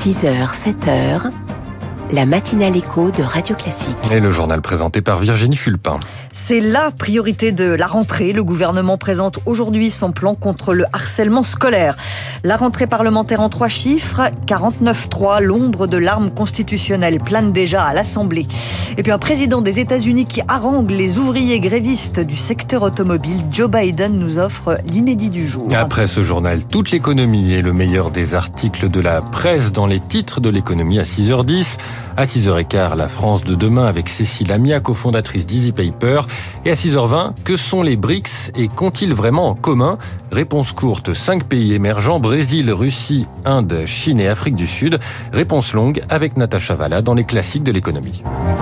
6h, 7h, la matinale écho de Radio Classique. Et le journal présenté par Virginie Fulpin. C'est la priorité de la rentrée. Le gouvernement présente aujourd'hui son plan contre le harcèlement scolaire. La rentrée parlementaire en 3 chiffres, 49-3, l'ombre de l'arme constitutionnelle plane déjà à l'Assemblée. Et puis un président des États-Unis qui harangue les ouvriers grévistes du secteur automobile. Joe Biden nous offre l'inédit du jour. Après ce journal, toute l'économie est le meilleur des articles de la presse dans les titres de l'économie à 6h10. À 6h15, la France de demain avec Cécile Amia, cofondatrice d'Easy Paper. Et à 6h20, que sont les BRICS et qu'ont-ils vraiment en commun? Réponse courte, 5 pays émergents, Brésil, Russie, Inde, Chine et Afrique du Sud. Réponse longue avec Natacha Valla dans les classiques de l'économie.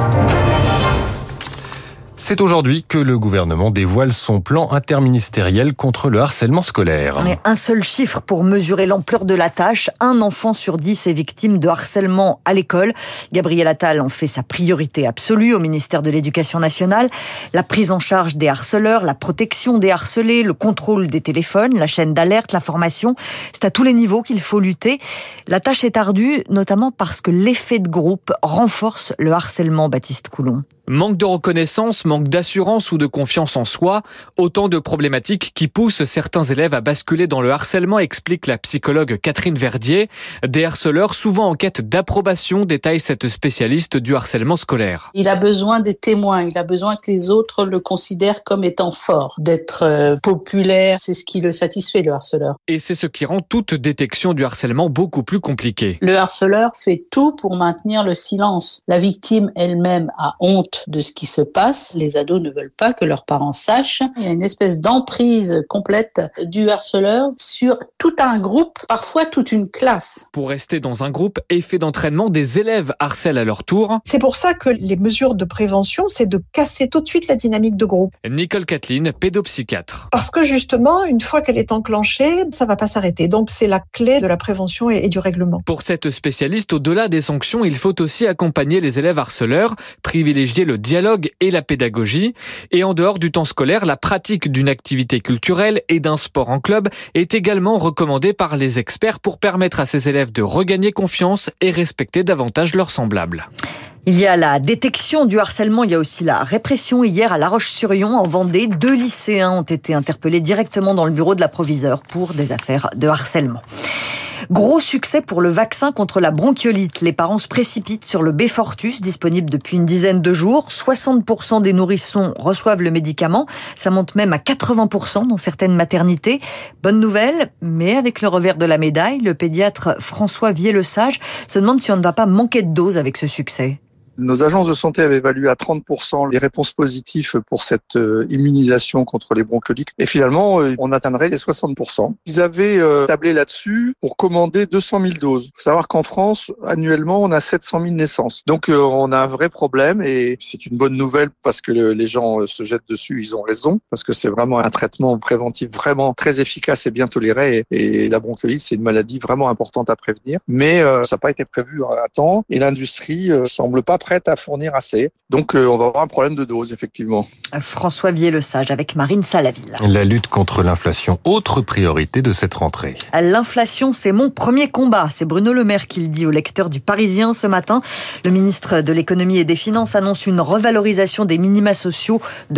C'est aujourd'hui que le gouvernement dévoile son plan interministériel contre le harcèlement scolaire. Mais un seul chiffre pour mesurer l'ampleur de la tâche. 1 enfant sur 10 est victime de harcèlement à l'école. Gabriel Attal en fait sa priorité absolue au ministère de l'Éducation nationale. La prise en charge des harceleurs, la protection des harcelés, le contrôle des téléphones, la chaîne d'alerte, la formation. C'est à tous les niveaux qu'il faut lutter. La tâche est ardue, notamment parce que l'effet de groupe renforce le harcèlement, Baptiste Coulon. Manque de reconnaissance, manque d'assurance ou de confiance en soi, autant de problématiques qui poussent certains élèves à basculer dans le harcèlement, explique la psychologue Catherine Verdier. Des harceleurs souvent en quête d'approbation, détaille cette spécialiste du harcèlement scolaire. Il a besoin des témoins, il a besoin que les autres le considèrent comme étant fort, d'être populaire, c'est ce qui le satisfait, le harceleur. Et c'est ce qui rend toute détection du harcèlement beaucoup plus compliquée. Le harceleur fait tout pour maintenir le silence. La victime elle-même a honte de ce qui se passe. Les ados ne veulent pas que leurs parents sachent. Il y a une espèce d'emprise complète du harceleur sur tout un groupe, parfois toute une classe. Pour rester dans un groupe, effet d'entraînement, des élèves harcèlent à leur tour. C'est pour ça que les mesures de prévention, c'est de casser tout de suite la dynamique de groupe. Nicole Kathleen, pédopsychiatre. Parce que justement, une fois qu'elle est enclenchée, ça va pas s'arrêter. Donc c'est la clé de la prévention et du règlement. Pour cette spécialiste, au-delà des sanctions, il faut aussi accompagner les élèves harceleurs, privilégier le dialogue et la pédagogie. Et en dehors du temps scolaire, la pratique d'une activité culturelle et d'un sport en club est également recommandée par les experts pour permettre à ces élèves de regagner confiance et respecter davantage leurs semblables. Il y a la détection du harcèlement, il y a aussi la répression. Hier, à La Roche-sur-Yon, en Vendée, 2 lycéens ont été interpellés directement dans le bureau de la proviseure pour des affaires de harcèlement. Gros succès pour le vaccin contre la bronchiolite. Les parents se précipitent sur le Beyfortus, disponible depuis une dizaine de jours. 60% des nourrissons reçoivent le médicament. Ça monte même à 80% dans certaines maternités. Bonne nouvelle, mais avec le revers de la médaille, le pédiatre François Vier-Lesage se demande si on ne va pas manquer de doses avec ce succès. Nos agences de santé avaient évalué à 30% les réponses positives pour cette immunisation contre les bronchiolites. Et finalement, on atteindrait les 60%. Ils avaient tablé là-dessus pour commander 200 000 doses. Il faut savoir qu'en France, annuellement, on a 700 000 naissances. Donc, on a un vrai problème et c'est une bonne nouvelle parce que les gens se jettent dessus. Ils ont raison parce que c'est vraiment un traitement préventif vraiment très efficace et bien toléré. Et la bronchiolite, c'est une maladie vraiment importante à prévenir. Mais ça n'a pas été prévu à temps et l'industrie semble pas prête à fournir assez. Donc, on va avoir un problème de dose, effectivement. François Vier-Lesage avec Marine Salaville. La lutte contre l'inflation, autre priorité de cette rentrée. L'inflation, c'est mon premier combat. C'est Bruno Le Maire qui le dit au lecteur du Parisien ce matin. Le ministre de l'économie et des finances annonce une revalorisation des minima sociaux de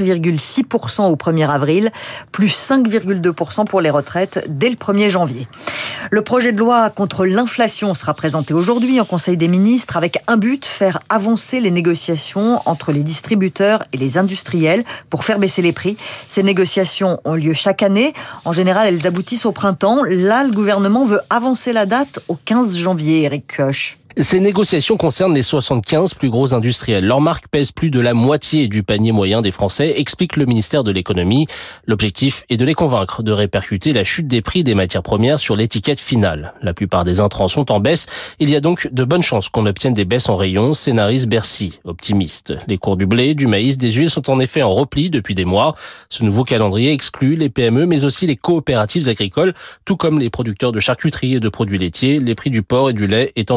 4,6% au 1er avril, plus 5,2% pour les retraites dès le 1er janvier. Le projet de loi contre l'inflation sera présenté aujourd'hui en Conseil des ministres avec un but, faire avancer les négociations entre les distributeurs et les industriels pour faire baisser les prix. Ces négociations ont lieu chaque année. En général, elles aboutissent au printemps. Là, le gouvernement veut avancer la date au 15 janvier, Éric Koch. Ces négociations concernent les 75 plus gros industriels. Leur marque pèse plus de la moitié du panier moyen des Français, explique le ministère de l'économie. L'objectif est de les convaincre de répercuter la chute des prix des matières premières sur l'étiquette finale. La plupart des intrants sont en baisse. Il y a donc de bonnes chances qu'on obtienne des baisses en rayon, scénarise Bercy, optimiste. Les cours du blé, du maïs, des huiles sont en effet en repli depuis des mois. Ce nouveau calendrier exclut les PME, mais aussi les coopératives agricoles, tout comme les producteurs de charcuterie et de produits laitiers, les prix du porc et du lait étant en hausse.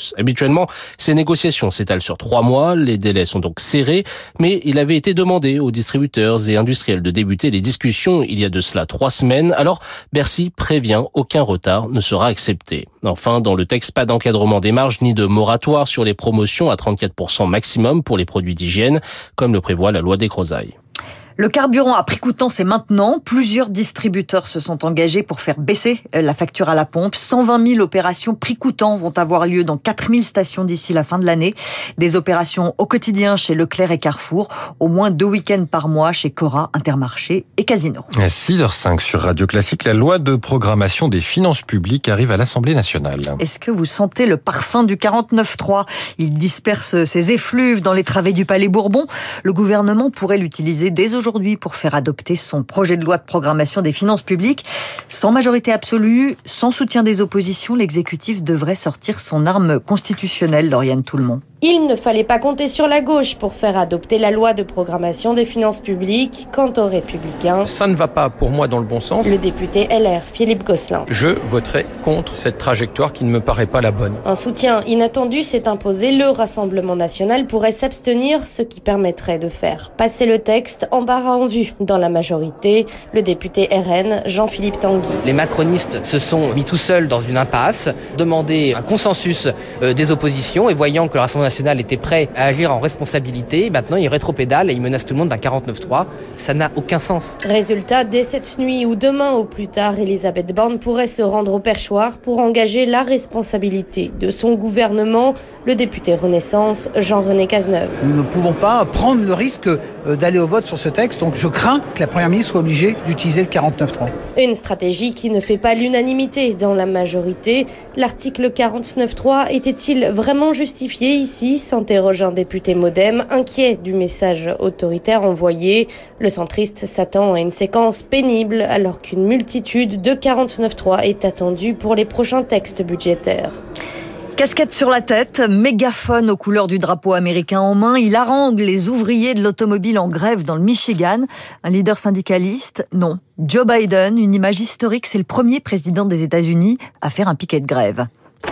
hausse. Habituellement, ces négociations s'étalent sur 3 mois. Les délais sont donc serrés, mais il avait été demandé aux distributeurs et industriels de débuter les discussions il y a de cela 3 semaines. Alors, Bercy prévient, aucun retard ne sera accepté. Enfin, dans le texte, pas d'encadrement des marges ni de moratoire sur les promotions à 34% maximum pour les produits d'hygiène, comme le prévoit la loi des groseilles. Le carburant à prix coûtant, c'est maintenant. Plusieurs distributeurs se sont engagés pour faire baisser la facture à la pompe. 120 000 opérations prix coûtant vont avoir lieu dans 4 000 stations d'ici la fin de l'année. Des opérations au quotidien chez Leclerc et Carrefour. Au moins 2 week-ends par mois chez Cora, Intermarché et Casino. À 6h05 sur Radio Classique, la loi de programmation des finances publiques arrive à l'Assemblée nationale. Est-ce que vous sentez le parfum du 49.3 ? Il disperse ses effluves dans les travées du Palais Bourbon. Le gouvernement pourrait l'utiliser dès aujourd'hui pour faire adopter son projet de loi de programmation des finances publiques. Sans majorité absolue, sans soutien des oppositions, l'exécutif devrait sortir son arme constitutionnelle, Lauriane Toulmont. Il ne fallait pas compter sur la gauche pour faire adopter la loi de programmation des finances publiques. Quant aux Républicains, ça ne va pas pour moi dans le bon sens. Le député LR, Philippe Gosselin. Je voterai contre cette trajectoire qui ne me paraît pas la bonne. Un soutien inattendu s'est imposé. Le Rassemblement national pourrait s'abstenir, ce qui permettrait de faire passer le texte embarras en vue. Dans la majorité, le député RN, Jean-Philippe Tanguy. Les macronistes se sont mis tout seuls dans une impasse, demandé un consensus des oppositions et voyant que le Rassemblement national était prêt à agir en responsabilité, maintenant il rétropédale et il menace tout le monde d'un 49.3. Ça n'a aucun sens. Résultat, dès cette nuit ou demain au plus tard, Elisabeth Borne pourrait se rendre au perchoir pour engager la responsabilité de son gouvernement. Le député Renaissance, Jean-René Cazeneuve. Nous ne pouvons pas prendre le risque d'aller au vote sur ce texte, donc je crains que la Première ministre soit obligée d'utiliser le 49.3. Une stratégie qui ne fait pas l'unanimité dans la majorité. L'article 49.3 était-il vraiment justifié ici ? S'interroge un député MoDem, inquiet du message autoritaire envoyé. Le centriste s'attend à une séquence pénible alors qu'une multitude de 49.3 est attendue pour les prochains textes budgétaires. Casquette sur la tête, mégaphone aux couleurs du drapeau américain en main, il harangue les ouvriers de l'automobile en grève dans le Michigan. Un leader syndicaliste ? Non. Joe Biden, une image historique, c'est le premier président des États-Unis à faire un piquet de grève.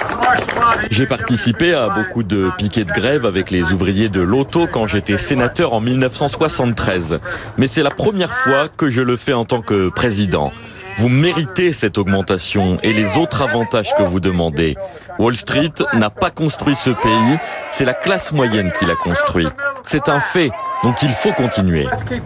J'ai participé à beaucoup de piquets de grève avec les ouvriers de l'auto quand j'étais sénateur en 1973. Mais c'est la première fois que je le fais en tant que président. Vous méritez cette augmentation et les autres avantages que vous demandez. Wall Street n'a pas construit ce pays, c'est la classe moyenne qui l'a construit. C'est un fait, donc il faut continuer.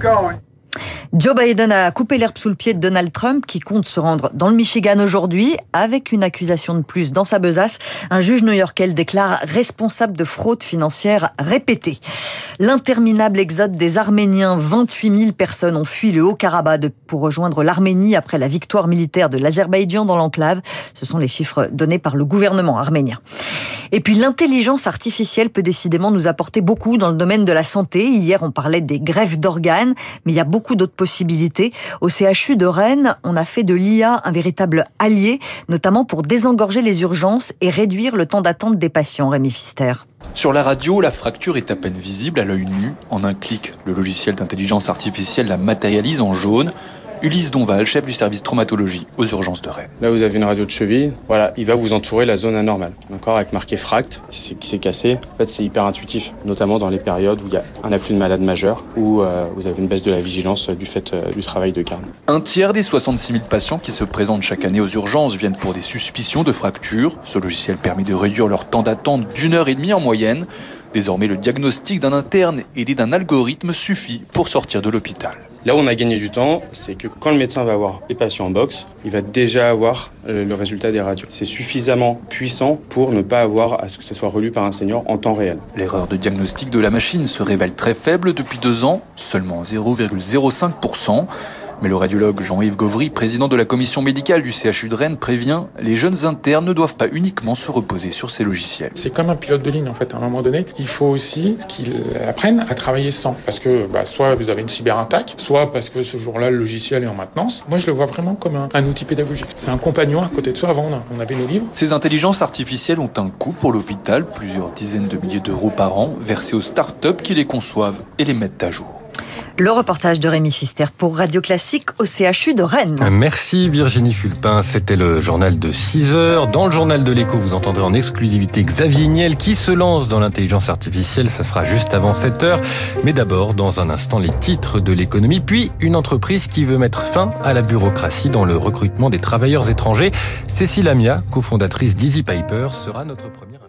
Joe Biden a coupé l'herbe sous le pied de Donald Trump qui compte se rendre dans le Michigan aujourd'hui avec une accusation de plus dans sa besace. Un juge new-yorkais le déclare responsable de fraude financière répétée. L'interminable exode des Arméniens, 28 000 personnes ont fui le Haut-Karabakh pour rejoindre l'Arménie après la victoire militaire de l'Azerbaïdjan dans l'enclave. Ce sont les chiffres donnés par le gouvernement arménien. Et puis l'intelligence artificielle peut décidément nous apporter beaucoup dans le domaine de la santé. Hier, on parlait des greffes d'organes, mais il y a beaucoup d'autres possibilités. Au CHU de Rennes, on a fait de l'IA un véritable allié, notamment pour désengorger les urgences et réduire le temps d'attente des patients. Rémi Pfister. Sur la radio, la fracture est à peine visible à l'œil nu. En un clic, le logiciel d'intelligence artificielle la matérialise en jaune. Ulysse Donval, chef du service traumatologie aux urgences de Rennes. Là, vous avez une radio de cheville. Voilà, il va vous entourer la zone anormale. D'accord, avec marqué fract, qui s'est cassé. En fait, c'est hyper intuitif, notamment dans les périodes où il y a un afflux de malades majeurs, où vous avez une baisse de la vigilance du fait du travail de garde. Un tiers des 66 000 patients qui se présentent chaque année aux urgences viennent pour des suspicions de fractures. Ce logiciel permet de réduire leur temps d'attente d'1h30 en moyenne. Désormais, le diagnostic d'un interne aidé d'un algorithme suffit pour sortir de l'hôpital. Là où on a gagné du temps, c'est que quand le médecin va voir les patients en box, il va déjà avoir le résultat des radios. C'est suffisamment puissant pour ne pas avoir à ce que ça soit relu par un senior en temps réel. L'erreur de diagnostic de la machine se révèle très faible depuis 2 ans, seulement 0,05%. Mais le radiologue Jean-Yves Gauvry, président de la commission médicale du CHU de Rennes, prévient « Les jeunes internes ne doivent pas uniquement se reposer sur ces logiciels. » C'est comme un pilote de ligne en fait. À un moment donné, il faut aussi qu'ils apprennent à travailler sans. Parce que soit vous avez une cyberattaque, soit parce que ce jour-là, le logiciel est en maintenance. Moi, je le vois vraiment comme un outil pédagogique. C'est un compagnon à côté de soi. Avant, on avait nos livres. Ces intelligences artificielles ont un coût pour l'hôpital, plusieurs dizaines de milliers d'euros par an, versés aux start-up qui les conçoivent et les mettent à jour. Le reportage de Rémi Fister pour Radio Classique au CHU de Rennes. Merci Virginie Fulpin, c'était le journal de 6h. Dans le journal de l'écho, vous entendrez en exclusivité Xavier Niel qui se lance dans l'intelligence artificielle. Ça sera juste avant 7h. Mais d'abord, dans un instant, les titres de l'économie, puis une entreprise qui veut mettre fin à la bureaucratie dans le recrutement des travailleurs étrangers. Cécile Amia, cofondatrice d'Easy Paper, sera notre première